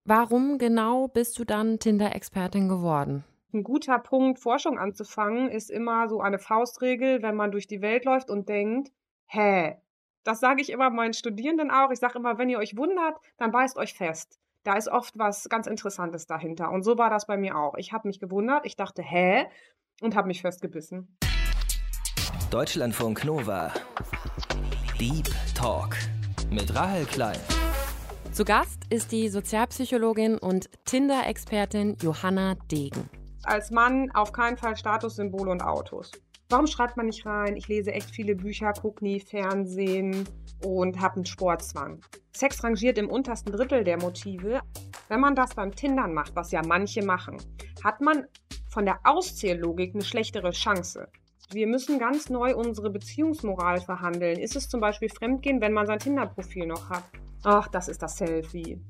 Warum genau bist du dann Tinder-Expertin geworden? Ein guter Punkt, Forschung anzufangen, ist immer so eine Faustregel, wenn man durch die Welt läuft und denkt: „Hä?“ Das sage ich immer meinen Studierenden auch. Ich sage immer: „Wenn ihr euch wundert, dann beißt euch fest. Da ist oft was ganz Interessantes dahinter.“ Und so war das bei mir auch. Ich habe mich gewundert, ich dachte: „Hä?“ und habe mich festgebissen. Deutschlandfunk Nova. Deep Talk mit Rahel Klein. Zu Gast ist die Sozialpsychologin und Tinder-Expertin Johanna Degen. Als Mann auf keinen Fall Statussymbole und Autos. Warum schreibt man nicht rein? Ich lese echt viele Bücher, gucke nie Fernsehen und habe einen Sportzwang. Sex rangiert im untersten Drittel der Motive. Wenn man das beim Tindern macht, was ja manche machen, hat man von der Auszähllogik eine schlechtere Chance. Wir müssen ganz neu unsere Beziehungsmoral verhandeln. Ist es zum Beispiel Fremdgehen, wenn man sein Tinder-Profil noch hat? Ach, das ist das Selfie.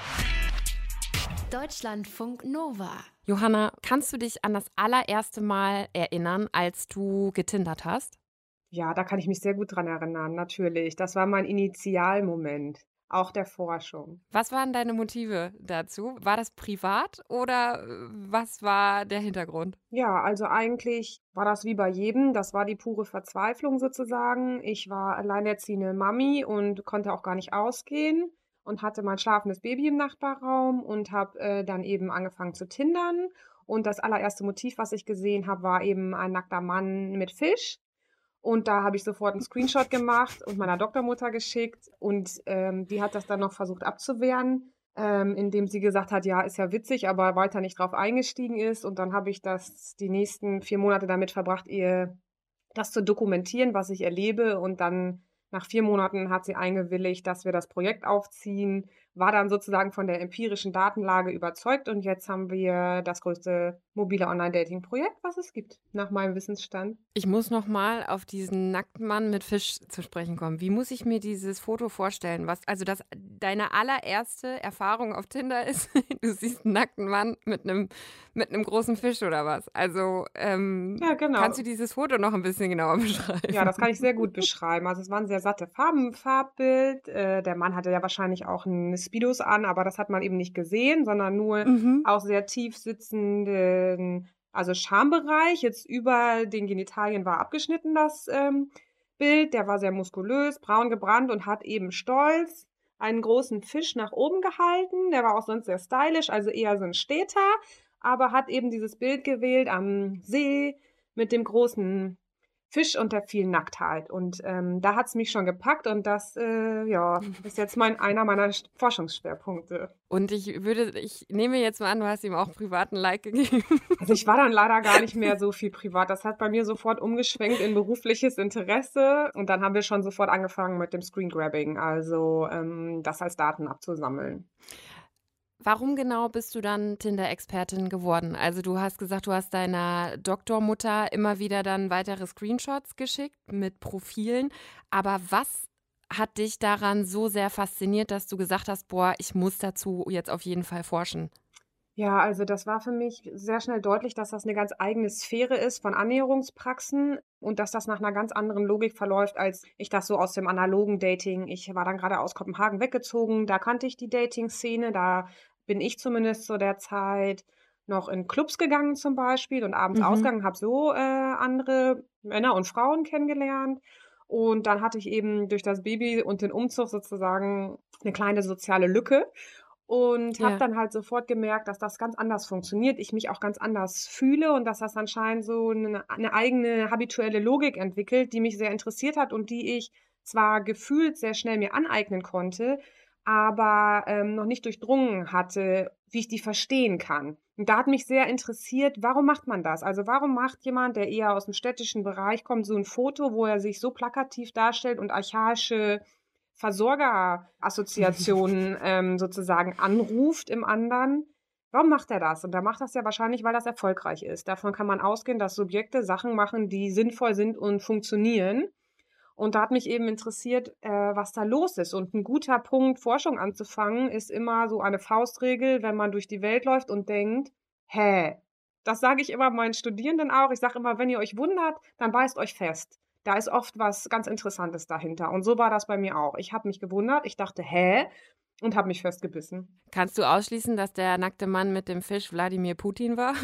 Deutschlandfunk Nova. Johanna, kannst du dich an das allererste Mal erinnern, als du getindert hast? Ja, da kann ich mich sehr gut dran erinnern, natürlich. Das war mein Initialmoment, auch der Forschung. Was waren deine Motive dazu? War das privat oder was war der Hintergrund? Ja, also eigentlich war das wie bei jedem. Das war die pure Verzweiflung sozusagen. Ich war alleinerziehende Mami und konnte auch gar nicht ausgehen und hatte mein schlafendes Baby im Nachbarraum und habe dann eben angefangen zu tindern. Und das allererste Motiv, was ich gesehen habe, war eben ein nackter Mann mit Fisch. Und da habe ich sofort 'n Screenshot gemacht und meiner Doktormutter geschickt und, die hat das dann noch versucht abzuwehren, indem sie gesagt hat: „Ja, ist ja witzig“, aber weiter nicht drauf eingestiegen ist. Und dann habe ich das die nächsten 4 Monate damit verbracht, ihr das zu dokumentieren, was ich erlebe. Und dann nach 4 Monaten hat sie eingewilligt, dass wir das Projekt aufziehen, war dann sozusagen von der empirischen Datenlage überzeugt und jetzt haben wir das größte mobile Online-Dating-Projekt, was es gibt, nach meinem Wissensstand. Ich muss noch mal auf diesen nackten Mann mit Fisch zu sprechen kommen. Wie muss ich mir dieses Foto vorstellen? Also das deine allererste Erfahrung auf Tinder ist, du siehst einen nackten Mann mit einem großen Fisch oder was? Also, Ja, genau. kannst du dieses Foto noch ein bisschen genauer Ja, das beschreiben? kann ich sehr gut beschreiben. Also, es waren sehr satte Farben Farbbild. Der Mann hatte ja wahrscheinlich auch 'n Speedos an, aber das hat man eben nicht gesehen, sondern nur Mhm. auch sehr tief sitzenden also, Schambereich jetzt über den Genitalien war abgeschnitten, das, Bild. Der war sehr muskulös, braun gebrannt und hat eben stolz einen großen Fisch nach oben gehalten. Der war auch sonst sehr stylisch, also eher so 'n Städter, aber hat eben dieses Bild gewählt am See mit dem großen Fisch und der vielen Nacktheit. Und, da hat's mich schon gepackt und das, ja, ist jetzt einer meiner Forschungsschwerpunkte. Und ich nehme jetzt mal an, du hast ihm auch privaten Like gegeben. Also, ich war dann leider gar nicht mehr so viel privat. Das hat bei mir sofort umgeschwenkt in berufliches Interesse und dann haben wir schon sofort angefangen mit dem Screengrabbing, also, das als Daten abzusammeln. Warum genau bist du dann Tinder-Expertin geworden? Also, du hast gesagt, du hast deiner Doktormutter immer wieder dann weitere Screenshots geschickt mit Profilen. Aber was hat dich daran so sehr fasziniert, dass du gesagt hast: „Boah, ich muss dazu jetzt auf jeden Fall forschen?“ Ja, also das war für mich sehr schnell deutlich, dass das 'ne ganz eigene Sphäre ist von Annäherungspraxen und dass das nach 'ner ganz anderen Logik verläuft, als ich das so aus dem analogen Dating ich war dann grade aus Kopenhagen weggezogen, da kannte ich die Dating-Szene, da bin ich zumindest zu der Zeit noch in Clubs gegangen zum Beispiel und abends Mhm. ausgegangen, habe so, andere Männer und Frauen kennengelernt. Und dann hatte ich eben durch das Baby und den Umzug sozusagen 'ne kleine soziale Lücke und habe Ja. dann halt sofort gemerkt, dass das ganz anders funktioniert, ich mich auch ganz anders fühle und dass das anscheinend so 'ne eigene habituelle Logik entwickelt, die mich sehr interessiert hat und die ich zwar gefühlt sehr schnell mir aneignen konnte, aber, noch nicht durchdrungen hatte, wie ich die verstehen kann. Und da hat mich sehr interessiert, warum macht man das? Also, warum macht jemand, der eher aus'm städtischen Bereich kommt, so 'n Foto, wo er sich so plakativ darstellt und archaische Versorgerassoziationen, sozusagen anruft im anderen. Warum macht er das? Und er macht das ja wahrscheinlich, weil das erfolgreich ist. Davon kann man ausgehen, dass Subjekte Sachen machen, die sinnvoll sind und funktionieren. Und da hat mich eben interessiert, was da los ist. Und 'n guter Punkt, Forschung anzufangen, ist immer so eine Faustregel, wenn man durch die Welt läuft und denkt: „Hä?“ Das sage ich immer meinen Studierenden auch. Ich sage immer: „Wenn ihr euch wundert, dann beißt euch fest. Da ist oft was ganz Interessantes dahinter.“ Und so war das bei mir auch. Ich habe mich gewundert. Ich dachte: „Hä?“ und habe mich festgebissen. Kannst du ausschließen, dass der nackte Mann mit dem Fisch Wladimir Putin war?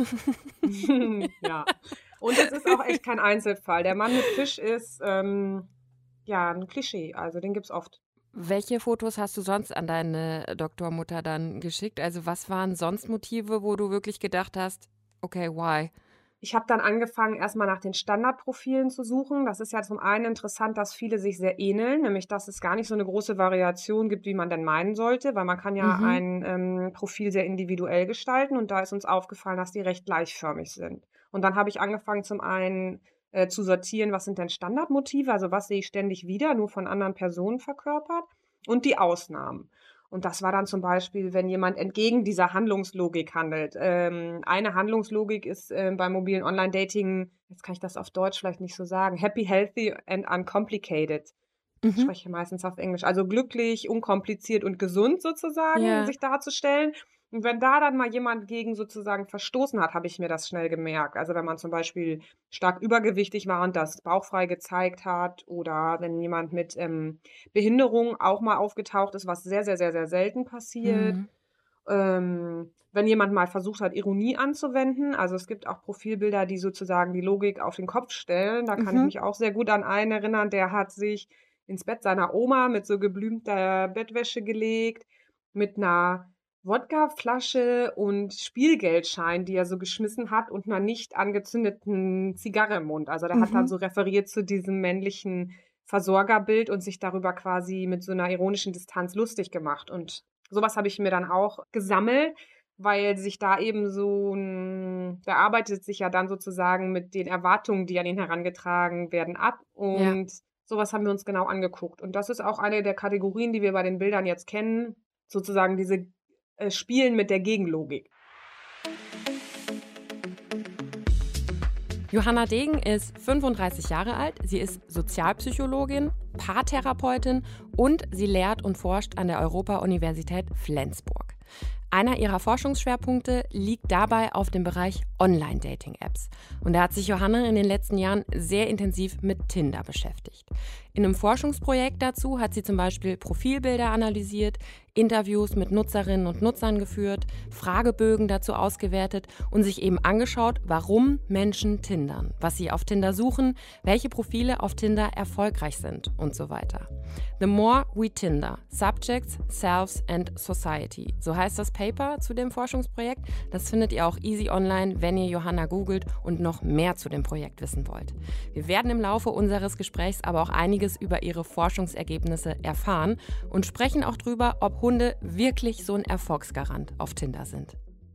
Ja. Und es ist auch echt kein Einzelfall. Der Mann mit Fisch ist ja ein Klischee, also den gibt's oft. Welche Fotos hast du sonst an deine Doktormutter dann geschickt? Also was waren sonst Motive, wo du wirklich gedacht hast, okay, why? Ich habe dann angefangen, erstmal nach den Standardprofilen zu suchen. Das ist ja zum einen interessant, dass viele sich sehr ähneln, nämlich dass es gar nicht so eine große Variation gibt, wie man denn meinen sollte, weil man kann ja Mhm. ein Profil sehr individuell gestalten und da ist uns aufgefallen, dass die recht gleichförmig sind. Und dann habe ich angefangen, zum einen zu sortieren, was sind denn Standardmotive, also was sehe ich ständig wieder, nur von anderen Personen verkörpert, und die Ausnahmen. Und das war dann zum Beispiel, wenn jemand entgegen dieser Handlungslogik handelt. Eine Handlungslogik ist beim mobilen Online-Dating, jetzt kann ich das auf Deutsch vielleicht nicht so sagen, happy, healthy and uncomplicated. Ich Mhm. spreche meistens auf Englisch. Also glücklich, unkompliziert und gesund sozusagen, Ja. sich darzustellen. Und wenn da dann mal jemand gegen sozusagen verstoßen hat, habe ich mir das schnell gemerkt. Also wenn man zum Beispiel stark übergewichtig war und das bauchfrei gezeigt hat oder wenn jemand mit Behinderung auch mal aufgetaucht ist, was sehr, sehr, sehr, sehr selten passiert. Mhm. Wenn jemand mal versucht hat, Ironie anzuwenden. Also es gibt auch Profilbilder, die sozusagen die Logik auf den Kopf stellen. Da kann ich Mhm. mich auch sehr gut an einen erinnern, der hat sich ins Bett seiner Oma mit so geblümter Bettwäsche gelegt, mit einer Wodkaflasche und Spielgeldschein, die er so geschmissen hat, und einer nicht angezündeten Zigarre im Mund. Also der hat dann Mhm. so referiert zu diesem männlichen Versorgerbild und sich darüber quasi mit so einer ironischen Distanz lustig gemacht. Und sowas habe ich mir dann auch gesammelt, weil sich da eben so der arbeitet sich ja dann sozusagen mit den Erwartungen, die an ihn herangetragen werden, ab. Ja. Und sowas haben wir uns genau angeguckt. Und das ist auch eine der Kategorien, die wir bei den Bildern jetzt kennen, sozusagen diese Spielen mit der Gegenlogik. Johanna Degen ist 35 Jahre alt. Sie ist Sozialpsychologin, Paartherapeutin und sie lehrt und forscht an der Europa-Universität Flensburg. Einer ihrer Forschungsschwerpunkte liegt dabei auf dem Bereich Online-Dating-Apps. Und da hat sich Johanna in den letzten Jahren sehr intensiv mit Tinder beschäftigt. In einem Forschungsprojekt dazu hat sie zum Beispiel Profilbilder analysiert, Interviews mit Nutzerinnen und Nutzern geführt, Fragebögen dazu ausgewertet und sich eben angeschaut, warum Menschen tindern, was sie auf Tinder suchen, welche Profile auf Tinder erfolgreich sind und so weiter. The More We Tinder, Subjects, Selves and Society. So heißt das Paper zu dem Forschungsprojekt. Das findet ihr auch easy online, wenn ihr Johanna googelt und noch mehr zu dem Projekt wissen wollt. Wir werden im Laufe unseres Gesprächs aber auch einiges über ihre Forschungsergebnisse erfahren und sprechen auch drüber, ob Hunde wirklich so ein Erfolgsgarant auf Tinder sind.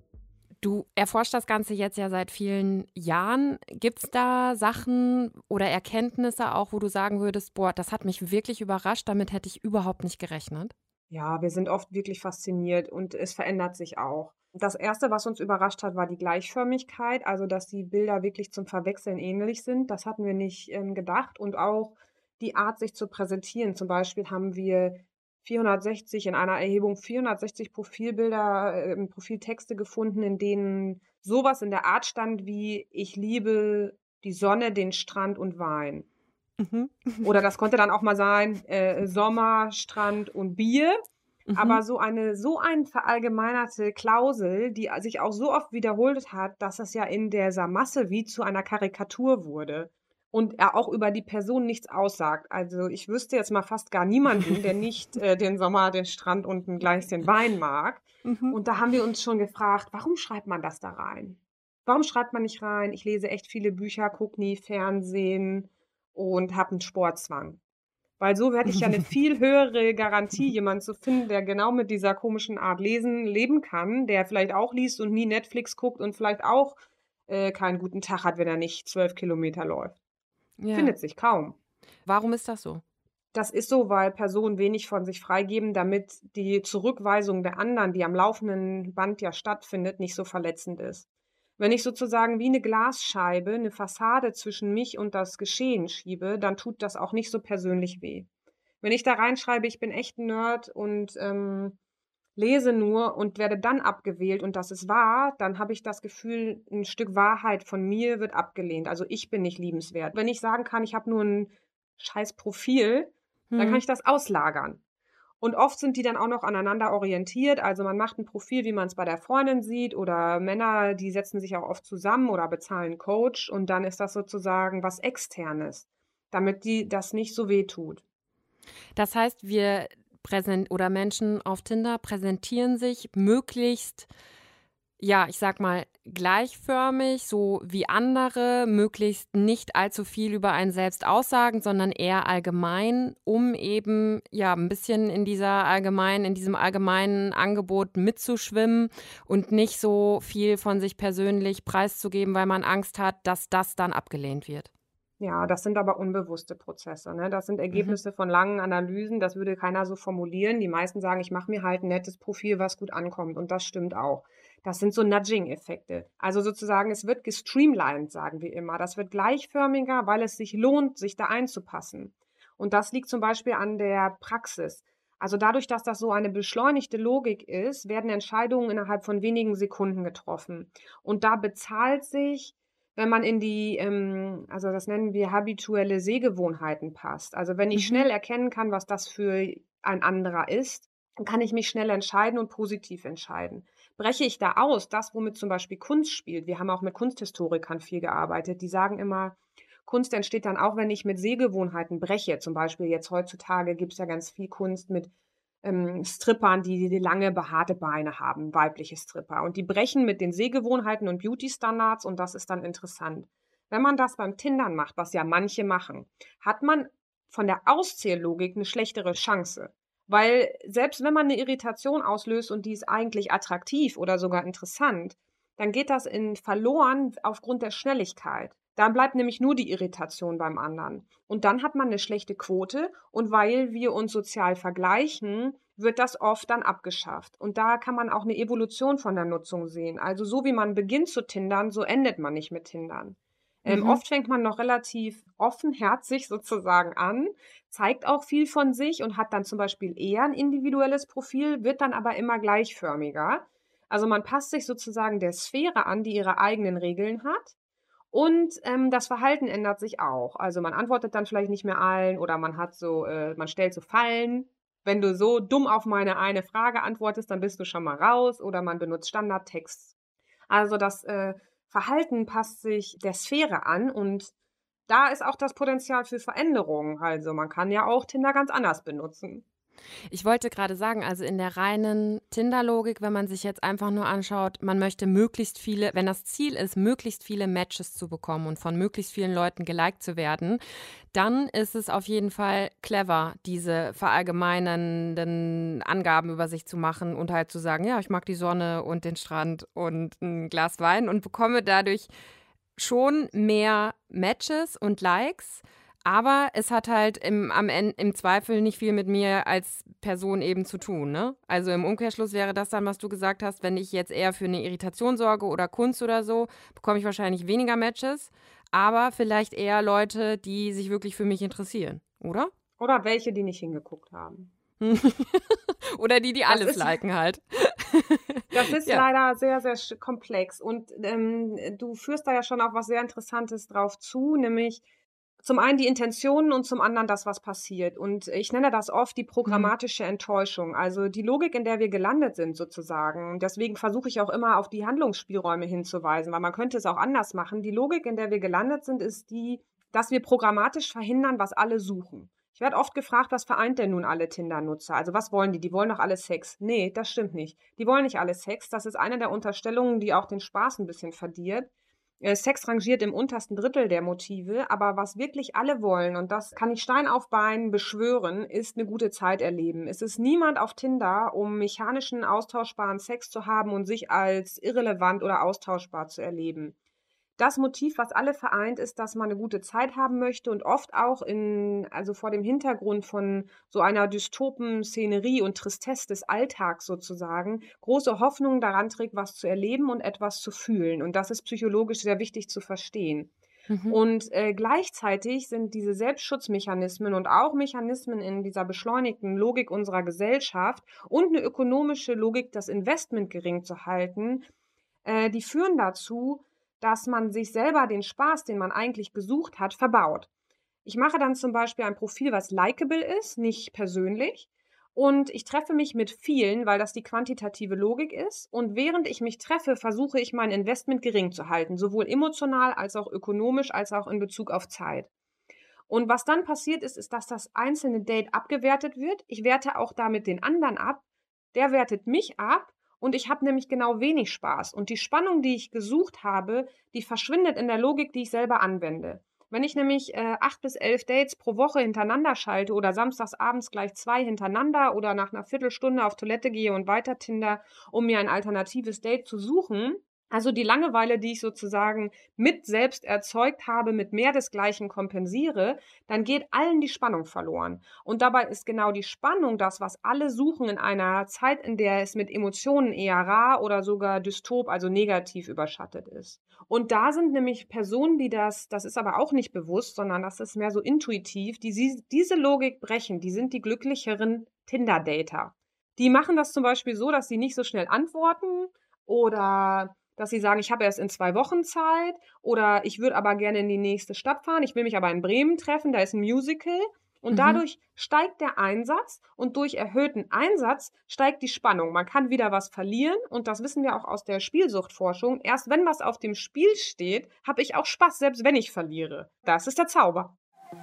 Du erforschst das Ganze jetzt ja seit vielen Jahren. Gibt es da Sachen oder Erkenntnisse auch, wo du sagen würdest, boah, das hat mich wirklich überrascht, damit hätte ich überhaupt nicht gerechnet? Ja, wir sind oft wirklich fasziniert und es verändert sich auch. Das Erste, was uns überrascht hat, war die Gleichförmigkeit, also dass die Bilder wirklich zum Verwechseln ähnlich sind. Das hatten wir nicht gedacht. Und auch die Art, sich zu präsentieren. Zum Beispiel haben wir 460 in einer Erhebung 460 Profilbilder, Profiltexte gefunden, in denen sowas in der Art stand wie: Ich liebe die Sonne, den Strand und Wein. Mhm. Oder das konnte dann auch mal sein, Sommer, Strand und Bier. Mhm. Aber so eine verallgemeinerte Klausel, die sich auch so oft wiederholt hat, dass es ja in dieser Masse wie zu einer Karikatur wurde und er auch über die Person nichts aussagt. Also, ich wüsste jetzt mal fast gar niemanden, der nicht, den Sommer, den Strand und 'n Gläschen Wein mag. Mhm. Und da haben wir uns schon gefragt: „Warum schreibt man das da rein?“ Warum schreibt man nicht rein: „Ich lese echt viele Bücher, gucke nie Fernsehen und habe 'n Sportzwang?“ Weil so hätte ich ja 'ne viel höhere Garantie, jemanden zu finden, der genau mit dieser komischen Art Lesen leben kann, der vielleicht auch liest und nie Netflix guckt und vielleicht auch, keinen guten Tag hat, wenn er nicht 12 Kilometer läuft. Ja. Findet sich kaum. Warum ist das so? Das ist so, weil Personen wenig von sich freigeben, damit die Zurückweisung der anderen, die am laufenden Band ja stattfindet, nicht so verletzend ist. Wenn ich sozusagen wie 'ne Glasscheibe 'ne Fassade zwischen mich und das Geschehen schiebe, dann tut das auch nicht so persönlich weh. Wenn ich da reinschreibe, ich bin echt 'n Nerd und, lese nur und werde dann abgewählt und das ist wahr, dann habe ich das Gefühl, 'n Stück Wahrheit von mir wird abgelehnt. Also, ich bin nicht liebenswert. Wenn ich sagen kann, ich habe nur 'n scheiß Profil, dann kann Mhm. ich das auslagern. Und oft sind die dann auch noch aneinander orientiert. Also man macht ein Profil, wie man es bei der Freundin sieht, oder Männer, die setzen sich auch oft zusammen oder bezahlen 'n Coach und dann ist das sozusagen was Externes, damit die das nicht so wehtut. Das heißt, wir oder Menschen auf Tinder präsentieren sich möglichst, ja, ich sag mal, gleichförmig, so wie andere, möglichst nicht allzu viel über einen selbst aussagen, sondern eher allgemein, um eben, ja, ein bisschen in diesem allgemeinen Angebot mitzuschwimmen und nicht so viel von sich persönlich preiszugeben, weil man Angst hat, dass das dann abgelehnt wird. Ja, das sind aber unbewusste Prozesse, ne? Das sind Mhm. Ergebnisse von langen Analysen. Das würde keiner so formulieren. Die meisten sagen: „Ich mache mir halt 'n nettes Profil, was gut ankommt.“ Und das stimmt auch. Das sind so Nudging-Effekte. Also sozusagen, es wird gestreamlined, sagen wir immer. Das wird gleichförmiger, weil es sich lohnt, sich da einzupassen. Und das liegt zum Beispiel an der Praxis. Also dadurch, dass das so eine beschleunigte Logik ist, werden Entscheidungen innerhalb von wenigen Sekunden getroffen. Und da bezahlt sich, wenn man in die, also das nennen wir habituelle Sehgewohnheiten passt. Also, wenn ich Mhm. schnell erkennen kann, was das für ein anderer ist, dann kann ich mich schnell entscheiden und positiv entscheiden. Breche ich da aus, das, womit zum Beispiel Kunst spielt, wir haben auch mit Kunsthistorikern viel gearbeitet, die sagen immer, Kunst entsteht dann auch, wenn ich mit Sehgewohnheiten breche. Zum Beispiel jetzt heutzutage gibt es ja ganz viel Kunst mit Strippern, die lange behaarte Beine haben, weibliche Stripper. Und die brechen mit den Sehgewohnheiten und Beauty-Standards und das ist dann interessant. Wenn man das beim Tindern macht, was ja manche machen, hat man von der Auszähllogik eine schlechtere Chance. Weil selbst wenn man eine Irritation auslöst und die ist eigentlich attraktiv oder sogar interessant, dann geht das in verloren aufgrund der Schnelligkeit. Dann bleibt nämlich nur die Irritation beim anderen. Und dann hat man eine schlechte Quote und weil wir uns sozial vergleichen, wird das oft dann abgeschafft. Und da kann man auch eine Evolution von der Nutzung sehen. Also, so wie man beginnt zu Tindern, so endet man nicht mit Tindern. Mhm. Oft fängt man noch relativ offenherzig sozusagen an, zeigt auch viel von sich und hat dann zum Beispiel eher ein individuelles Profil, wird dann aber immer gleichförmiger. Also, man passt sich sozusagen der Sphäre an, die ihre eigenen Regeln hat und, das Verhalten ändert sich auch. Also, man antwortet dann vielleicht nicht mehr allen oder man hat so man stellt so Fallen. Wenn du so dumm auf meine eine Frage antwortest, dann bist du schon mal raus oder man benutzt Standardtext. Also, das, Verhalten passt sich der Sphäre an und da ist auch das Potenzial für Veränderung. Also, man kann ja auch Tinder ganz anders benutzen. Ich wollte gerade sagen, also in der reinen Tinder-Logik, wenn man sich jetzt einfach nur anschaut, man möchte möglichst viele, wenn das Ziel ist, möglichst viele Matches zu bekommen und von möglichst vielen Leuten geliked zu werden, dann ist es auf jeden Fall clever, diese verallgemeinernden Angaben über sich zu machen und halt zu sagen, ja, ich mag die Sonne und den Strand und ein Glas Wein und bekomme dadurch schon mehr Matches und Likes, aber es hat halt im Zweifel nicht viel mit mir als Person eben zu tun, ne? Also, im Umkehrschluss wäre das dann, was du gesagt hast, wenn ich jetzt eher für eine Irritation sorge oder Kunst oder so, bekomme ich wahrscheinlich weniger Matches, aber vielleicht eher Leute, die sich wirklich für mich interessieren, oder? Oder welche, die nicht hingeguckt haben. Oder die Das alles ist liken halt. Das ist Ja. leider sehr, sehr komplex und, du führst da ja schon auf was sehr Interessantes drauf zu, nämlich zum einen die Intentionen und zum anderen das, was passiert. Und ich nenne das oft die Mhm. programmatische Enttäuschung, also die Logik, in der wir gelandet sind sozusagen. Deswegen versuche ich auch immer auf die Handlungsspielräume hinzuweisen, weil man könnte es auch anders machen. Die Logik, in der wir gelandet sind, ist die, dass wir programmatisch verhindern, was alle suchen. Ich werde oft gefragt, was vereint denn nun alle Tinder-Nutzer? Also was wollen die? Die wollen doch alle Sex. Nee, das stimmt nicht. Die wollen nicht alle Sex. Das ist eine der Unterstellungen, die auch den Spaß ein bisschen verdirbt. Sex rangiert im untersten Drittel der Motive, aber was wirklich alle wollen, und das kann ich Stein auf Bein beschwören, ist eine gute Zeit erleben. Es ist niemand auf Tinder, um mechanischen, austauschbaren Sex zu haben und sich als irrelevant oder austauschbar zu erleben. Das Motiv, was alle vereint, ist, dass man 'ne gute Zeit haben möchte und oft auch also, vor dem Hintergrund von so einer Dystopen-Szenerie und Tristesse des Alltags sozusagen, große Hoffnung daran trägt, was zu erleben und etwas zu fühlen. Und das ist psychologisch sehr wichtig zu verstehen. Mhm. Und, gleichzeitig sind diese Selbstschutzmechanismen und auch Mechanismen in dieser beschleunigten Logik unserer Gesellschaft und 'ne ökonomische Logik, das Investment gering zu halten, die führen dazu, dass man sich selber den Spaß, den man eigentlich gesucht hat, verbaut. Ich mache dann zum Beispiel ein Profil, was likeable ist, nicht persönlich. Und ich treffe mich mit vielen, weil das die quantitative Logik ist. Und während ich mich treffe, versuche ich mein Investment gering zu halten, sowohl emotional als auch ökonomisch, als auch in Bezug auf Zeit. Und was dann passiert ist, dass das einzelne Date abgewertet wird. Ich werte auch damit den anderen ab. Der wertet mich ab. Und ich habe nämlich genau wenig Spaß. Und die Spannung, die ich gesucht habe, die verschwindet in der Logik, die ich selber anwende. Wenn ich nämlich 8 bis 11 Dates pro Woche hintereinander schalte oder samstags abends gleich 2 hintereinander oder nach einer Viertelstunde auf Toilette gehe und weiter Tinder, um mir ein alternatives Date zu suchen, also die Langeweile, die ich sozusagen mit selbst erzeugt habe, mit mehr des Gleichen kompensiere, dann geht allen die Spannung verloren. Und dabei ist genau die Spannung das, was alle suchen in einer Zeit, in der es mit Emotionen eher rar oder sogar dystop, also negativ überschattet ist. Und da sind nämlich Personen, die das ist aber auch nicht bewusst, sondern das ist mehr so intuitiv, die diese Logik brechen, die sind die glücklicheren Tinder-Dater. Die machen das zum Beispiel so, dass sie nicht so schnell antworten oder dass sie sagen, ich habe erst in 2 Wochen Zeit oder ich würde aber gerne in die nächste Stadt fahren, ich will mich aber in Bremen treffen, da ist ein Musical. Und dadurch steigt der Einsatz und durch erhöhten Einsatz steigt die Spannung. Man kann wieder was verlieren und das wissen wir auch aus der Spielsuchtforschung. Erst wenn was auf dem Spiel steht, habe ich auch Spaß, selbst wenn ich verliere. Das ist der Zauber.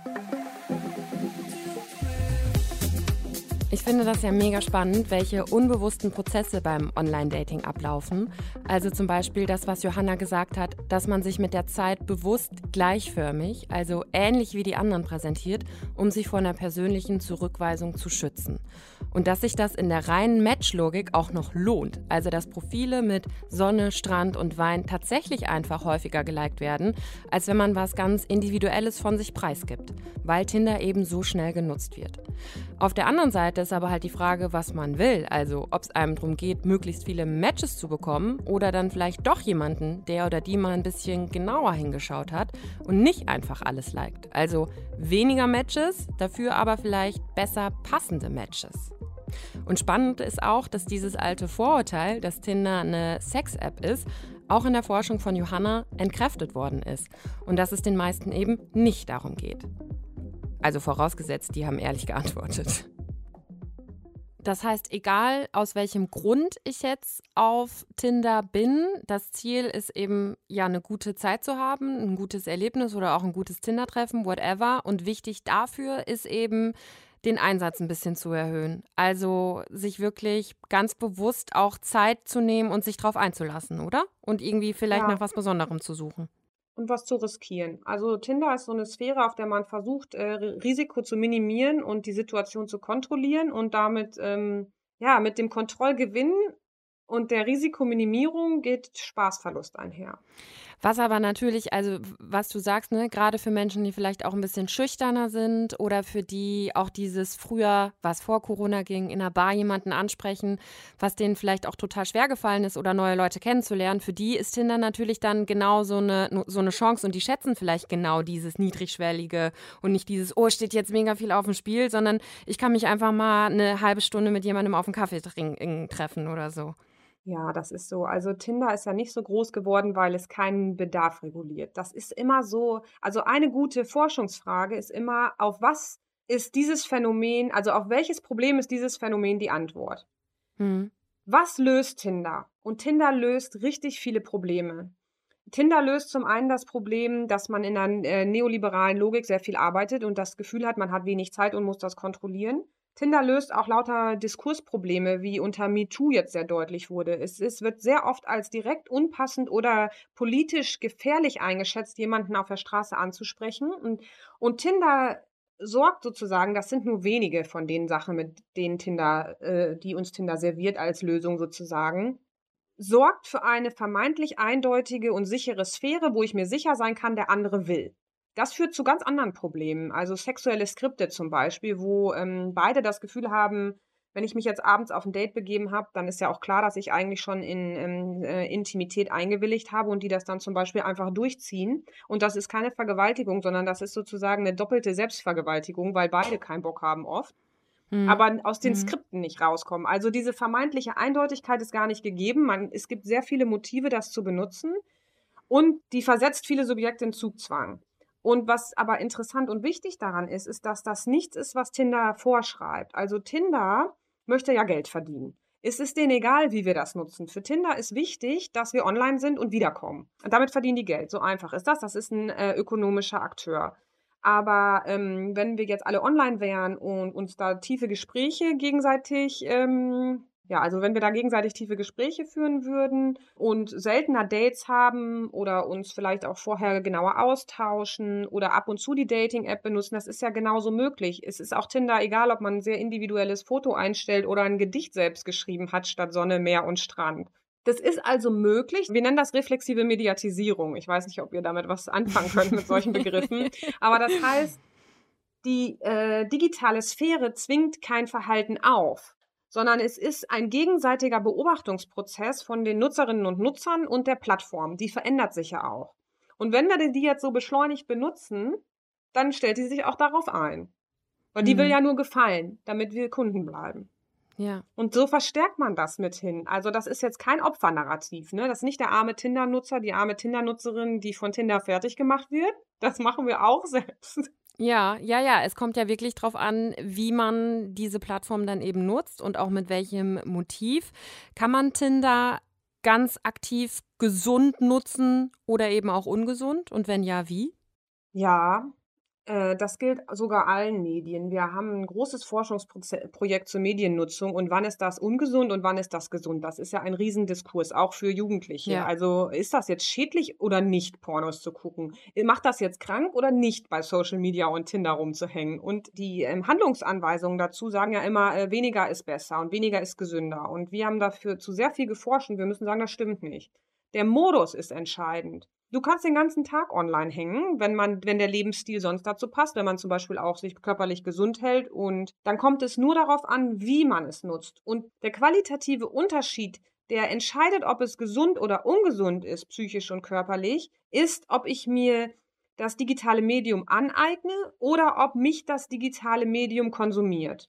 Ich finde das ja mega spannend, welche unbewussten Prozesse beim Online-Dating ablaufen. Also zum Beispiel das, was Johanna gesagt hat, dass man sich mit der Zeit bewusst gleichförmig, also ähnlich wie die anderen präsentiert, um sich vor einer persönlichen Zurückweisung zu schützen. Und dass sich das in der reinen Match-Logik auch noch lohnt. Also dass Profile mit Sonne, Strand und Wein tatsächlich einfach häufiger geliked werden, als wenn man was ganz Individuelles von sich preisgibt, weil Tinder eben so schnell genutzt wird. Auf der anderen Seite ist aber halt die Frage, was man will. Also ob es einem darum geht, möglichst viele Matches zu bekommen oder dann vielleicht doch jemanden, der oder die mal ein bisschen genauer hingeschaut hat und nicht einfach alles liked. Also weniger Matches, dafür aber vielleicht besser passende Matches. Und spannend ist auch, dass dieses alte Vorurteil, dass Tinder eine Sex-App ist, auch in der Forschung von Johanna entkräftet worden ist und dass es den meisten eben nicht darum geht. Also vorausgesetzt, die haben ehrlich geantwortet. Das heißt, egal aus welchem Grund ich jetzt auf Tinder bin, das Ziel ist eben, ja, eine gute Zeit zu haben, ein gutes Erlebnis oder auch ein gutes Tinder-Treffen, whatever. Und wichtig dafür ist eben, den Einsatz ein bisschen zu erhöhen. Also sich wirklich ganz bewusst auch Zeit zu nehmen und sich drauf einzulassen, oder? Und irgendwie vielleicht nach was Besonderem zu suchen. Und was zu riskieren. Also Tinder ist so eine Sphäre, auf der man versucht, Risiko zu minimieren und die Situation zu kontrollieren und damit, mit dem Kontrollgewinn und der Risikominimierung geht Spaßverlust einher. Was aber natürlich, also was du sagst, ne, gerade für Menschen, die vielleicht auch ein bisschen schüchterner sind oder für die auch dieses früher, was vor Corona ging, in einer Bar jemanden ansprechen, was denen vielleicht auch total schwer gefallen ist oder neue Leute kennenzulernen, für die ist Tinder natürlich dann genau so eine Chance und die schätzen vielleicht genau dieses Niedrigschwellige und nicht dieses, oh, steht jetzt mega viel auf dem Spiel, sondern ich kann mich einfach mal eine halbe Stunde mit jemandem auf einen Kaffee treffen oder so. Ja, das ist so. Also Tinder ist ja nicht so groß geworden, weil es keinen Bedarf reguliert. Das ist immer so, also eine gute Forschungsfrage ist immer, auf was ist dieses Phänomen, also auf welches Problem ist dieses Phänomen die Antwort? Was löst Tinder? Und Tinder löst richtig viele Probleme. Tinder löst zum einen das Problem, dass man in einer neoliberalen Logik sehr viel arbeitet und das Gefühl hat, man hat wenig Zeit und muss das kontrollieren. Tinder löst auch lauter Diskursprobleme, wie unter MeToo jetzt sehr deutlich wurde. Es wird sehr oft als direkt unpassend oder politisch gefährlich eingeschätzt, jemanden auf der Straße anzusprechen. Und Tinder sorgt sozusagen, das sind nur wenige von den Sachen, mit denen die uns Tinder serviert als Lösung sozusagen, sorgt für eine vermeintlich eindeutige und sichere Sphäre, wo ich mir sicher sein kann, der andere will. Das führt zu ganz anderen Problemen, also sexuelle Skripte zum Beispiel, wo beide das Gefühl haben, wenn ich mich jetzt abends auf ein Date begeben habe, dann ist ja auch klar, dass ich eigentlich schon in Intimität eingewilligt habe und die das dann zum Beispiel einfach durchziehen. Und das ist keine Vergewaltigung, sondern das ist sozusagen eine doppelte Selbstvergewaltigung, weil beide keinen Bock haben oft. Aber aus den Skripten nicht rauskommen. Also diese vermeintliche Eindeutigkeit ist gar nicht gegeben. Es gibt sehr viele Motive, das zu benutzen. Und die versetzt viele Subjekte in Zugzwang. Und was aber interessant und wichtig daran ist, dass das nichts ist, was Tinder vorschreibt. Also Tinder möchte ja Geld verdienen. Es ist denen egal, wie wir das nutzen. Für Tinder ist wichtig, dass wir online sind und wiederkommen. Und damit verdienen die Geld. So einfach ist das. Das ist ein ökonomischer Akteur. Aber wenn wir jetzt alle online wären und uns da tiefe Gespräche gegenseitig, also wenn wir da gegenseitig tiefe Gespräche führen würden und seltener Dates haben oder uns vielleicht auch vorher genauer austauschen oder ab und zu die Dating-App benutzen, das ist ja genauso möglich. Es ist auch Tinder egal, ob man ein sehr individuelles Foto einstellt oder ein Gedicht selbst geschrieben hat statt Sonne, Meer und Strand. Das ist also möglich. Wir nennen das reflexive Mediatisierung. Ich weiß nicht, ob ihr damit was anfangen könnt mit solchen Begriffen. Aber das heißt, die digitale Sphäre zwingt kein Verhalten auf, sondern es ist ein gegenseitiger Beobachtungsprozess von den Nutzerinnen und Nutzern und der Plattform. Die verändert sich ja auch. Und wenn wir die jetzt so beschleunigt benutzen, dann stellt die sich auch darauf ein. Weil die will ja nur gefallen, damit wir Kunden bleiben. Ja. Und so verstärkt man das mithin. Also das ist jetzt kein Opfernarrativ, ne? Das ist nicht der arme Tinder-Nutzer, die arme Tinder-Nutzerin, die von Tinder fertig gemacht wird. Das machen wir auch selbst. Ja. Es kommt ja wirklich drauf an, wie man diese Plattform dann eben nutzt und auch mit welchem Motiv. Kann man Tinder ganz aktiv gesund nutzen oder eben auch ungesund? Und wenn ja, wie? Ja, das gilt sogar allen Medien. Wir haben ein großes Forschungsprojekt zur Mediennutzung und wann ist das ungesund und wann ist das gesund? Das ist ja ein Riesendiskurs, auch für Jugendliche. Ja. Also ist das jetzt schädlich oder nicht, Pornos zu gucken? Macht das jetzt krank oder nicht, bei Social Media und Tinder rumzuhängen? Und die Handlungsanweisungen dazu sagen ja immer, weniger ist besser und weniger ist gesünder. Und wir haben dafür zu sehr viel geforscht und wir müssen sagen, das stimmt nicht. Der Modus ist entscheidend. Du kannst den ganzen Tag online hängen, wenn der Lebensstil sonst dazu passt, wenn man zum Beispiel auch sich körperlich gesund hält. Und dann kommt es nur darauf an, wie man es nutzt. Und der qualitative Unterschied, der entscheidet, ob es gesund oder ungesund ist, psychisch und körperlich, ist, ob ich mir das digitale Medium aneigne oder ob mich das digitale Medium konsumiert.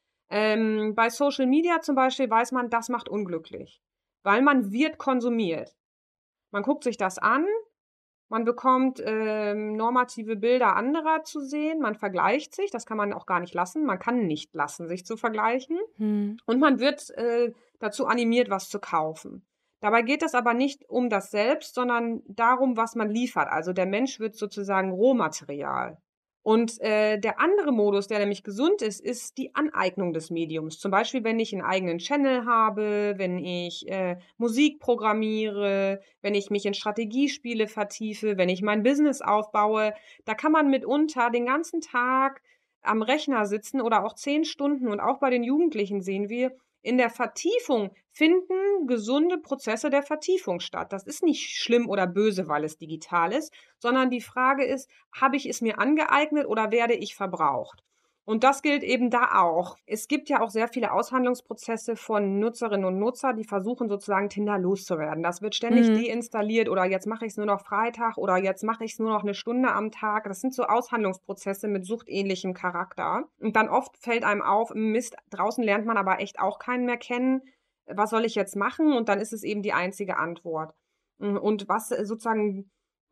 Bei Social Media zum Beispiel weiß man, das macht unglücklich, weil man wird konsumiert. Man guckt sich das an, man bekommt normative Bilder anderer zu sehen, man vergleicht sich, das kann man auch gar nicht lassen, man kann nicht lassen, sich zu vergleichen. Und man wird dazu animiert, was zu kaufen. Dabei geht es aber nicht um das Selbst, sondern darum, was man liefert. Also der Mensch wird sozusagen Rohmaterial. Und der andere Modus, der nämlich gesund ist, ist die Aneignung des Mediums. Zum Beispiel, wenn ich einen eigenen Channel habe, wenn ich Musik programmiere, wenn ich mich in Strategiespiele vertiefe, wenn ich mein Business aufbaue. Da kann man mitunter den ganzen Tag am Rechner sitzen oder auch 10 Stunden. Und auch bei den Jugendlichen sehen wir, in der Vertiefung finden gesunde Prozesse der Vertiefung statt. Das ist nicht schlimm oder böse, weil es digital ist, sondern die Frage ist, habe ich es mir angeeignet oder werde ich verbraucht? Und das gilt eben da auch. Es gibt ja auch sehr viele Aushandlungsprozesse von Nutzerinnen und Nutzern, die versuchen sozusagen Tinder loszuwerden. Das wird ständig deinstalliert oder jetzt mache ich es nur noch Freitag oder jetzt mache ich es nur noch eine Stunde am Tag. Das sind so Aushandlungsprozesse mit suchtähnlichem Charakter. Und dann oft fällt einem auf, Mist, draußen lernt man aber echt auch keinen mehr kennen. Was soll ich jetzt machen? Und dann ist es eben die einzige Antwort. Und was sozusagen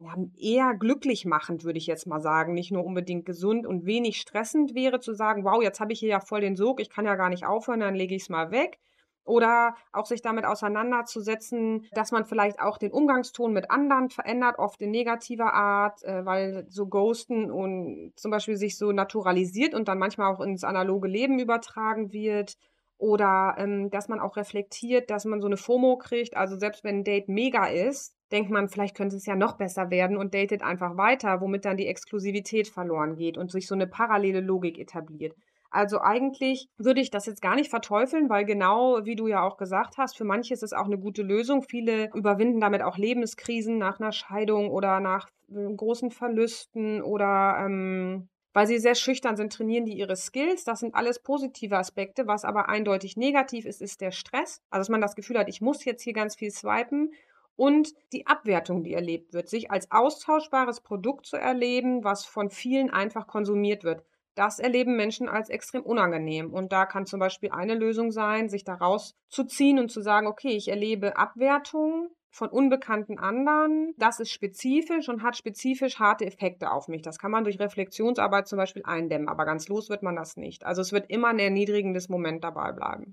eher glücklich machend, würde ich jetzt mal sagen, nicht nur unbedingt gesund und wenig stressend wäre, zu sagen, wow, jetzt habe ich hier ja voll den Sog, ich kann ja gar nicht aufhören, dann lege ich es mal weg. Oder auch sich damit auseinanderzusetzen, dass man vielleicht auch den Umgangston mit anderen verändert, oft in negativer Art, weil so Ghosten und zum Beispiel sich so naturalisiert und dann manchmal auch ins analoge Leben übertragen wird. Oder dass man auch reflektiert, dass man so eine FOMO kriegt. Also selbst wenn ein Date mega ist, denkt man, vielleicht könnte es ja noch besser werden und datet einfach weiter, womit dann die Exklusivität verloren geht und sich so eine parallele Logik etabliert. Also eigentlich würde ich das jetzt gar nicht verteufeln, weil genau wie du ja auch gesagt hast, für manche ist es auch eine gute Lösung. Viele überwinden damit auch Lebenskrisen nach einer Scheidung oder nach großen Verlusten oder weil sie sehr schüchtern sind, trainieren die ihre Skills. Das sind alles positive Aspekte. Was aber eindeutig negativ ist, ist der Stress. Also dass man das Gefühl hat, ich muss jetzt hier ganz viel swipen. Und die Abwertung, die erlebt wird, sich als austauschbares Produkt zu erleben, was von vielen einfach konsumiert wird. Das erleben Menschen als extrem unangenehm. Und da kann zum Beispiel eine Lösung sein, sich da rauszuziehen und zu sagen, okay, ich erlebe Abwertung von unbekannten anderen, das ist spezifisch und hat spezifisch harte Effekte auf mich. Das kann man durch Reflexionsarbeit zum Beispiel eindämmen, aber ganz los wird man das nicht. Also es wird immer ein erniedrigendes Moment dabei bleiben.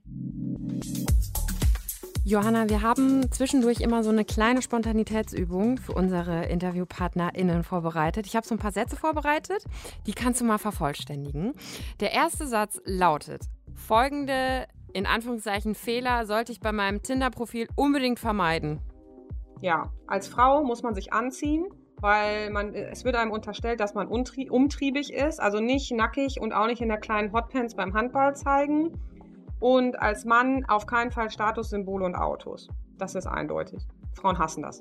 Johanna, wir haben zwischendurch immer so eine kleine Spontanitätsübung für unsere InterviewpartnerInnen vorbereitet. Ich habe so ein paar Sätze vorbereitet, die kannst du mal vervollständigen. Der erste Satz lautet: Folgende, in Anführungszeichen, Fehler sollte ich bei meinem Tinder-Profil unbedingt vermeiden. Ja, als Frau muss man sich anziehen, weil es wird einem unterstellt, dass man umtriebig ist, also nicht nackig und auch nicht in der kleinen Hotpants beim Handball zeigen. Und als Mann auf keinen Fall Statussymbole und Autos. Das ist eindeutig. Frauen hassen das.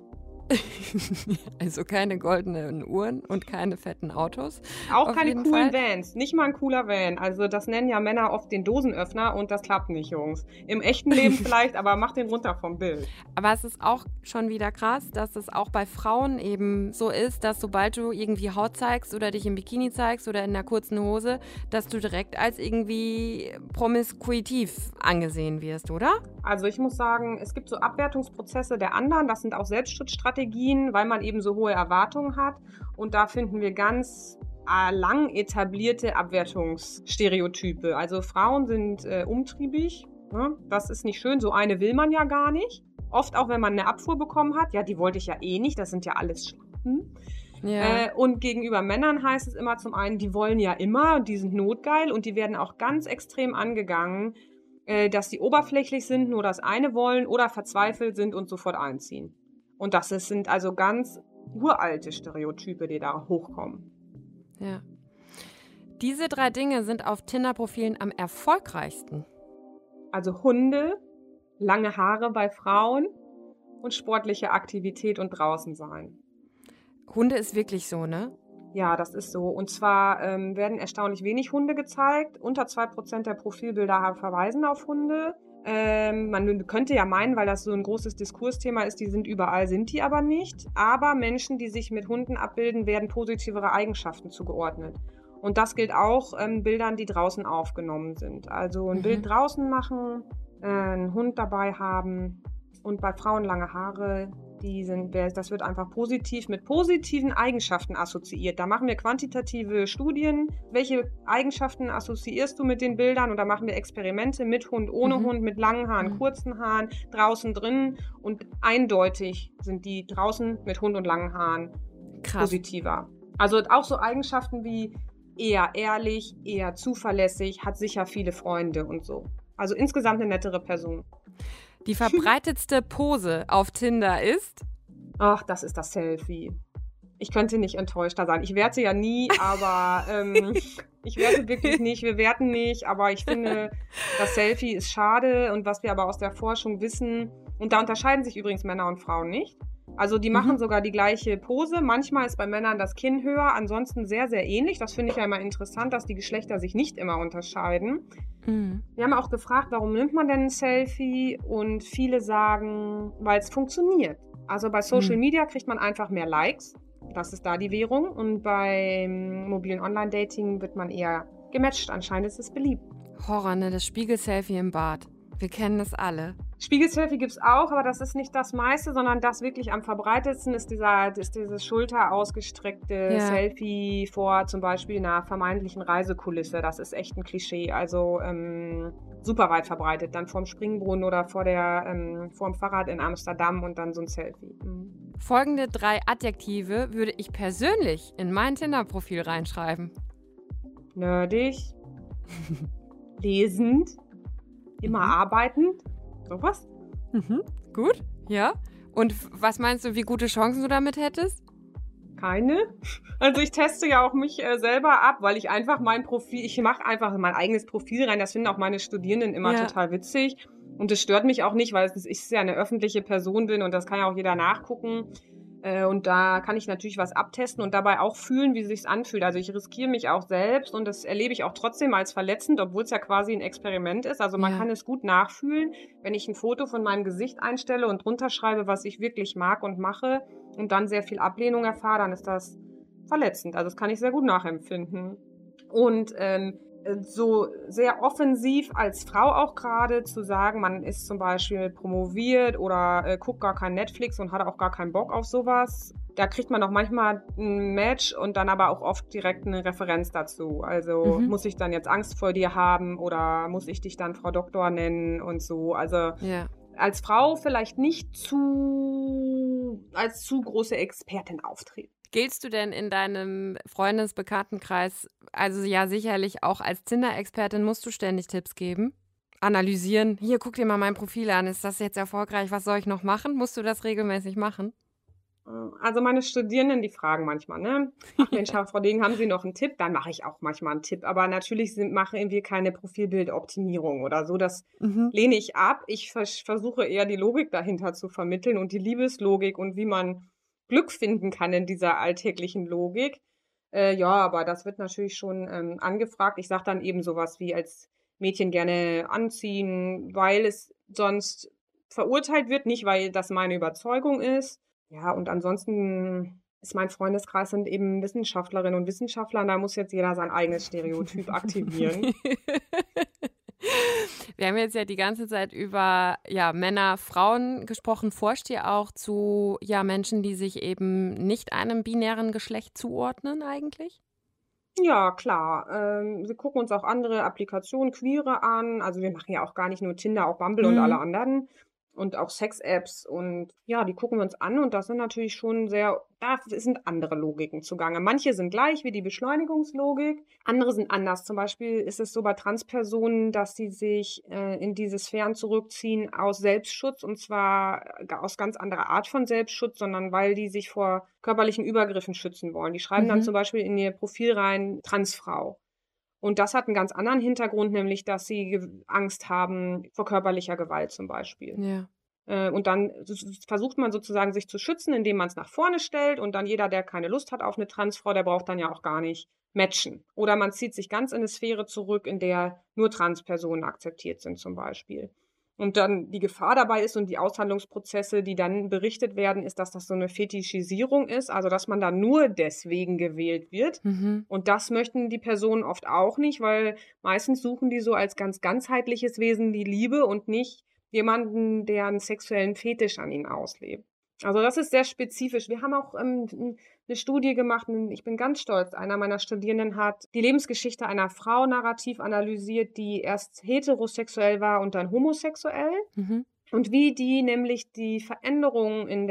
Also keine goldenen Uhren und keine fetten Autos. Auch keine coolen Vans. Nicht mal ein cooler Van. Also das nennen ja Männer oft den Dosenöffner und das klappt nicht, Jungs. Im echten Leben vielleicht, aber mach den runter vom Bild. Aber es ist auch schon wieder krass, dass es auch bei Frauen eben so ist, dass sobald du irgendwie Haut zeigst oder dich im Bikini zeigst oder in einer kurzen Hose, dass du direkt als irgendwie promiskuitiv angesehen wirst, oder? Also ich muss sagen, es gibt so Abwertungsprozesse der anderen. Das sind auch Selbstschutzstrategien, weil man eben so hohe Erwartungen hat. Und da finden wir ganz lang etablierte Abwertungsstereotype. Also Frauen sind umtriebig. Ne? Das ist nicht schön. So eine will man ja gar nicht. Oft auch, wenn man eine Abfuhr bekommen hat. Ja, die wollte ich ja eh nicht. Das sind ja alles Schlampen. Ja. Und gegenüber Männern heißt es immer zum einen, die wollen ja immer und die sind notgeil und die werden auch ganz extrem angegangen, dass die oberflächlich sind, nur das eine wollen oder verzweifelt sind und sofort einziehen. Und sind also ganz uralte Stereotype, die da hochkommen. Ja. Diese 3 Dinge sind auf Tinder-Profilen am erfolgreichsten. Also Hunde, lange Haare bei Frauen und sportliche Aktivität und draußen sein. Hunde ist wirklich so, ne? Ja, das ist so. Und zwar werden erstaunlich wenig Hunde gezeigt. Unter 2% der Profilbilder verweisen auf Hunde. Man könnte ja meinen, weil das so ein großes Diskursthema ist, die sind überall, sind die aber nicht. Aber Menschen, die sich mit Hunden abbilden, werden positivere Eigenschaften zugeordnet. Und das gilt auch Bildern, die draußen aufgenommen sind. Also ein Bild draußen machen, einen Hund dabei haben und bei Frauen lange Haare. Das wird einfach positiv mit positiven Eigenschaften assoziiert. Da machen wir quantitative Studien. Welche Eigenschaften assoziierst du mit den Bildern? Und da machen wir Experimente mit Hund, ohne Hund, mit langen Haaren, kurzen Haaren, draußen, drinnen. Und eindeutig sind die draußen mit Hund und langen Haaren positiver. Also auch so Eigenschaften wie eher ehrlich, eher zuverlässig, hat sicher viele Freunde und so. Also insgesamt eine nettere Person. Die verbreitetste Pose auf Tinder ist? Ach, das ist das Selfie. Ich könnte nicht enttäuschter sein. Ich werte ja nie, aber ich werte wirklich nicht. Wir werten nicht, aber ich finde, das Selfie ist schade. Und was wir aber aus der Forschung wissen, und da unterscheiden sich übrigens Männer und Frauen nicht. Also die machen sogar die gleiche Pose. Manchmal ist bei Männern das Kinn höher, ansonsten sehr, sehr ähnlich. Das finde ich ja immer interessant, dass die Geschlechter sich nicht immer unterscheiden. Wir haben auch gefragt, warum nimmt man denn ein Selfie? Und viele sagen, weil es funktioniert. Also bei Social Media kriegt man einfach mehr Likes. Das ist da die Währung. Und beim mobilen Online-Dating wird man eher gematcht. Anscheinend ist es beliebt. Horror, ne? Das Spiegel-Selfie im Bad. Wir kennen das alle. Spiegel-Selfie gibt es auch, aber das ist nicht das meiste, sondern das wirklich am verbreitetsten ist dieses schulterausgestreckte Selfie vor zum Beispiel einer vermeintlichen Reisekulisse. Das ist echt ein Klischee, also super weit verbreitet. Dann vorm Springbrunnen oder vorm Fahrrad in Amsterdam und dann so ein Selfie. Folgende 3 Adjektive würde ich persönlich in mein Tinder-Profil reinschreiben. Nerdig, lesend, immer arbeitend. Sowas? Gut, ja. Und was meinst du, wie gute Chancen du damit hättest? Keine. Also ich teste ja auch mich selber ab, weil ich einfach ich mache einfach mein eigenes Profil rein. Das finden auch meine Studierenden immer total witzig. Und das stört mich auch nicht, weil ich ja eine öffentliche Person bin und das kann ja auch jeder nachgucken. Und da kann ich natürlich was abtesten und dabei auch fühlen, wie es sich anfühlt. Also ich riskiere mich auch selbst und das erlebe ich auch trotzdem als verletzend, obwohl es ja quasi ein Experiment ist. Also man kann es gut nachfühlen, wenn ich ein Foto von meinem Gesicht einstelle und drunter schreibe, was ich wirklich mag und mache und dann sehr viel Ablehnung erfahre, dann ist das verletzend. Also das kann ich sehr gut nachempfinden. Und so sehr offensiv als Frau auch gerade zu sagen, man ist zum Beispiel promoviert oder guckt gar kein Netflix und hat auch gar keinen Bock auf sowas. Da kriegt man auch manchmal ein Match und dann aber auch oft direkt eine Referenz dazu. Also muss ich dann jetzt Angst vor dir haben oder muss ich dich dann Frau Doktor nennen und so. Also Ja. als Frau vielleicht nicht als zu große Expertin auftreten. Giltst du denn in deinem Freundesbekanntenkreis, also ja sicherlich auch als Tinder-Expertin, musst du ständig Tipps geben? Analysieren, hier, guck dir mal mein Profil an, ist das jetzt erfolgreich, was soll ich noch machen? Musst du das regelmäßig machen? Also meine Studierenden, die fragen manchmal, ne? Ach Mensch, Frau Degen, haben Sie noch einen Tipp? Dann mache ich auch manchmal einen Tipp. Aber natürlich machen wir keine Profilbildoptimierung oder so. Das lehne ich ab. Ich versuche eher die Logik dahinter zu vermitteln und die Liebeslogik und wie man Glück finden kann in dieser alltäglichen Logik. Ja, aber das wird natürlich schon angefragt. Ich sage dann eben sowas wie als Mädchen gerne anziehen, weil es sonst verurteilt wird, nicht weil das meine Überzeugung ist. Ja, und ansonsten ist mein Freundeskreis sind eben Wissenschaftlerinnen und Wissenschaftler, und da muss jetzt jeder sein eigenes Stereotyp aktivieren. Wir haben jetzt ja die ganze Zeit über Männer, Frauen gesprochen. Forscht ihr auch zu Menschen, die sich eben nicht einem binären Geschlecht zuordnen eigentlich? Ja, klar. Wir gucken uns auch andere Applikationen, Queere an. Also wir machen ja auch gar nicht nur Tinder, auch Bumble und alle anderen. Und auch Sex-Apps. Und ja, die gucken wir uns an. Und das sind natürlich schon da sind andere Logiken zugange. Manche sind gleich, wie die Beschleunigungslogik. Andere sind anders. Zum Beispiel ist es so bei Transpersonen, dass sie sich in diese Sphären zurückziehen aus Selbstschutz. Und zwar aus ganz anderer Art von Selbstschutz, sondern weil die sich vor körperlichen Übergriffen schützen wollen. Die schreiben dann zum Beispiel in ihr Profil rein, Transfrau. Und das hat einen ganz anderen Hintergrund, nämlich, dass sie Angst haben vor körperlicher Gewalt zum Beispiel. Ja. Und dann versucht man sozusagen, sich zu schützen, indem man es nach vorne stellt. Und dann jeder, der keine Lust hat auf eine Transfrau, der braucht dann ja auch gar nicht matchen. Oder man zieht sich ganz in eine Sphäre zurück, in der nur Transpersonen akzeptiert sind zum Beispiel. Und dann die Gefahr dabei ist und die Aushandlungsprozesse, die dann berichtet werden, ist, dass das so eine Fetischisierung ist, also dass man da nur deswegen gewählt wird. Und das möchten die Personen oft auch nicht, weil meistens suchen die so als ganz ganzheitliches Wesen die Liebe und nicht jemanden, der einen sexuellen Fetisch an ihnen auslebt. Also das ist sehr spezifisch. Wir haben auch eine Studie gemacht, und ich bin ganz stolz, einer meiner Studierenden hat die Lebensgeschichte einer Frau narrativ analysiert, die erst heterosexuell war und dann homosexuell. Und wie die nämlich die Veränderungen in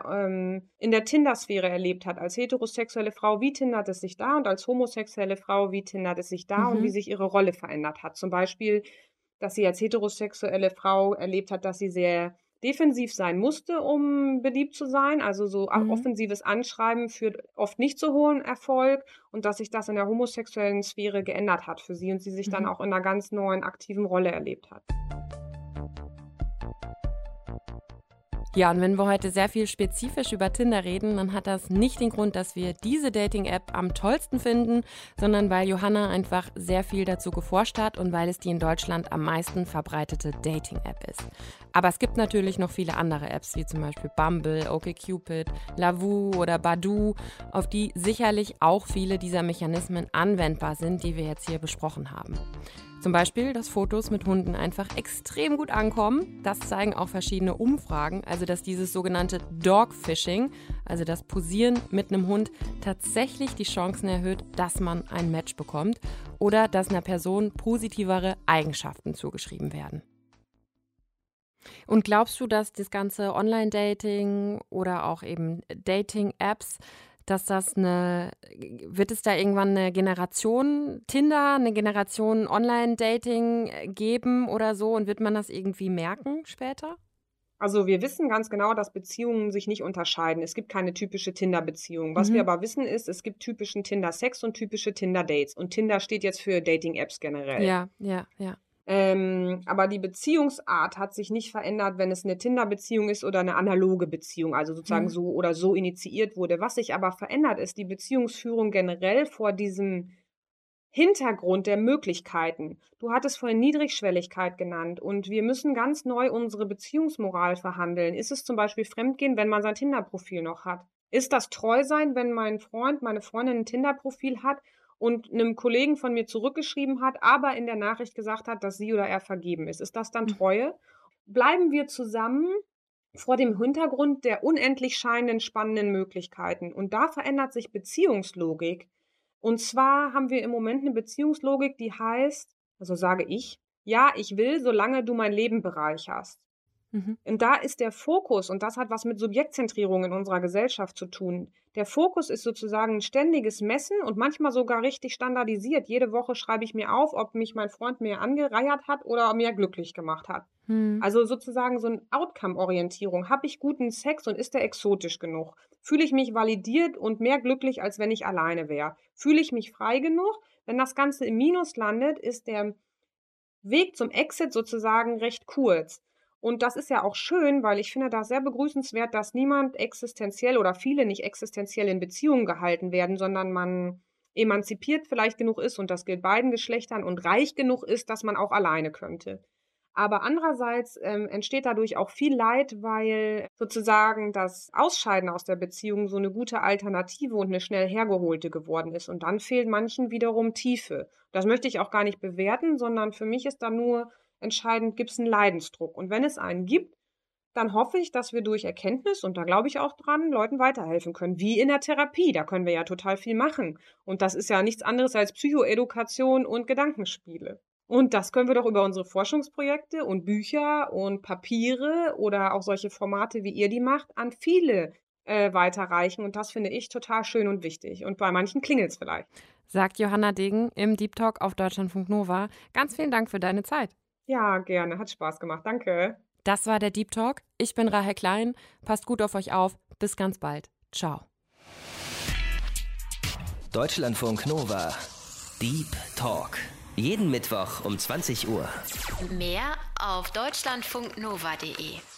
der Tinder-Sphäre erlebt hat. Als heterosexuelle Frau, wie tindert es sich da? Und als homosexuelle Frau, wie tindert es sich da? Und wie sich ihre Rolle verändert hat. Zum Beispiel, dass sie als heterosexuelle Frau erlebt hat, dass sie sehr defensiv sein musste, um beliebt zu sein. Also so offensives Anschreiben führt oft nicht zu hohem Erfolg. Und dass sich das in der homosexuellen Sphäre geändert hat für sie und sie sich dann auch in einer ganz neuen, aktiven Rolle erlebt hat. Ja, und wenn wir heute sehr viel spezifisch über Tinder reden, dann hat das nicht den Grund, dass wir diese Dating-App am tollsten finden, sondern weil Johanna einfach sehr viel dazu geforscht hat und weil es die in Deutschland am meisten verbreitete Dating-App ist. Aber es gibt natürlich noch viele andere Apps, wie zum Beispiel Bumble, OkCupid, Lavu oder Badoo, auf die sicherlich auch viele dieser Mechanismen anwendbar sind, die wir jetzt hier besprochen haben. Zum Beispiel, dass Fotos mit Hunden einfach extrem gut ankommen. Das zeigen auch verschiedene Umfragen. Also, dass dieses sogenannte Dogfishing, also das Posieren mit einem Hund, tatsächlich die Chancen erhöht, dass man ein Match bekommt oder dass einer Person positivere Eigenschaften zugeschrieben werden. Und glaubst du, dass das ganze Online-Dating oder auch eben Dating-Apps, wird es da irgendwann eine Generation Tinder, eine Generation Online-Dating geben oder so und wird man das irgendwie merken später? Also wir wissen ganz genau, dass Beziehungen sich nicht unterscheiden. Es gibt keine typische Tinder-Beziehung. Was wir aber wissen ist, es gibt typischen Tinder-Sex und typische Tinder-Dates. Und Tinder steht jetzt für Dating-Apps generell. Ja. Aber die Beziehungsart hat sich nicht verändert, wenn es eine Tinder-Beziehung ist oder eine analoge Beziehung, also sozusagen so oder so initiiert wurde. Was sich aber verändert, ist die Beziehungsführung generell vor diesem Hintergrund der Möglichkeiten. Du hattest vorhin Niedrigschwelligkeit genannt und wir müssen ganz neu unsere Beziehungsmoral verhandeln. Ist es zum Beispiel Fremdgehen, wenn man sein Tinder-Profil noch hat? Ist das Treusein, wenn mein Freund, meine Freundin ein Tinder-Profil hat und einem Kollegen von mir zurückgeschrieben hat, aber in der Nachricht gesagt hat, dass sie oder er vergeben ist. Ist das dann Treue? Bleiben wir zusammen vor dem Hintergrund der unendlich scheinenden spannenden Möglichkeiten. Und da verändert sich Beziehungslogik. Und zwar haben wir im Moment eine Beziehungslogik, die heißt, also sage ich, ja, ich will, solange du mein Leben bereicherst. Und da ist der Fokus, und das hat was mit Subjektzentrierung in unserer Gesellschaft zu tun. Der Fokus ist sozusagen ein ständiges Messen und manchmal sogar richtig standardisiert. Jede Woche schreibe ich mir auf, ob mich mein Freund mehr angereiert hat oder mehr glücklich gemacht hat. Also sozusagen so eine Outcome-Orientierung. Habe ich guten Sex und ist der exotisch genug? Fühle ich mich validiert und mehr glücklich, als wenn ich alleine wäre? Fühle ich mich frei genug? Wenn das Ganze im Minus landet, ist der Weg zum Exit sozusagen recht kurz. Und das ist ja auch schön, weil ich finde das sehr begrüßenswert, dass niemand existenziell oder viele nicht existenziell in Beziehungen gehalten werden, sondern man emanzipiert vielleicht genug ist, und das gilt beiden Geschlechtern, und reich genug ist, dass man auch alleine könnte. Aber andererseits entsteht dadurch auch viel Leid, weil sozusagen das Ausscheiden aus der Beziehung so eine gute Alternative und eine schnell hergeholte geworden ist. Und dann fehlt manchen wiederum Tiefe. Das möchte ich auch gar nicht bewerten, sondern für mich ist da nur entscheidend, gibt es einen Leidensdruck. Und wenn es einen gibt, dann hoffe ich, dass wir durch Erkenntnis, und da glaube ich auch dran, Leuten weiterhelfen können. Wie in der Therapie, da können wir ja total viel machen. Und das ist ja nichts anderes als Psychoedukation und Gedankenspiele. Und das können wir doch über unsere Forschungsprojekte und Bücher und Papiere oder auch solche Formate, wie ihr die macht, an viele weiterreichen. Und das finde ich total schön und wichtig. Und bei manchen klingelt es vielleicht. Sagt Johanna Degen im Deep Talk auf Deutschlandfunk Nova. Ganz vielen Dank für deine Zeit. Ja, gerne. Hat Spaß gemacht. Danke. Das war der Deep Talk. Ich bin Rahel Klein. Passt gut auf euch auf. Bis ganz bald. Ciao. Deutschlandfunk Nova. Deep Talk. Jeden Mittwoch um 20 Uhr. Mehr auf deutschlandfunknova.de.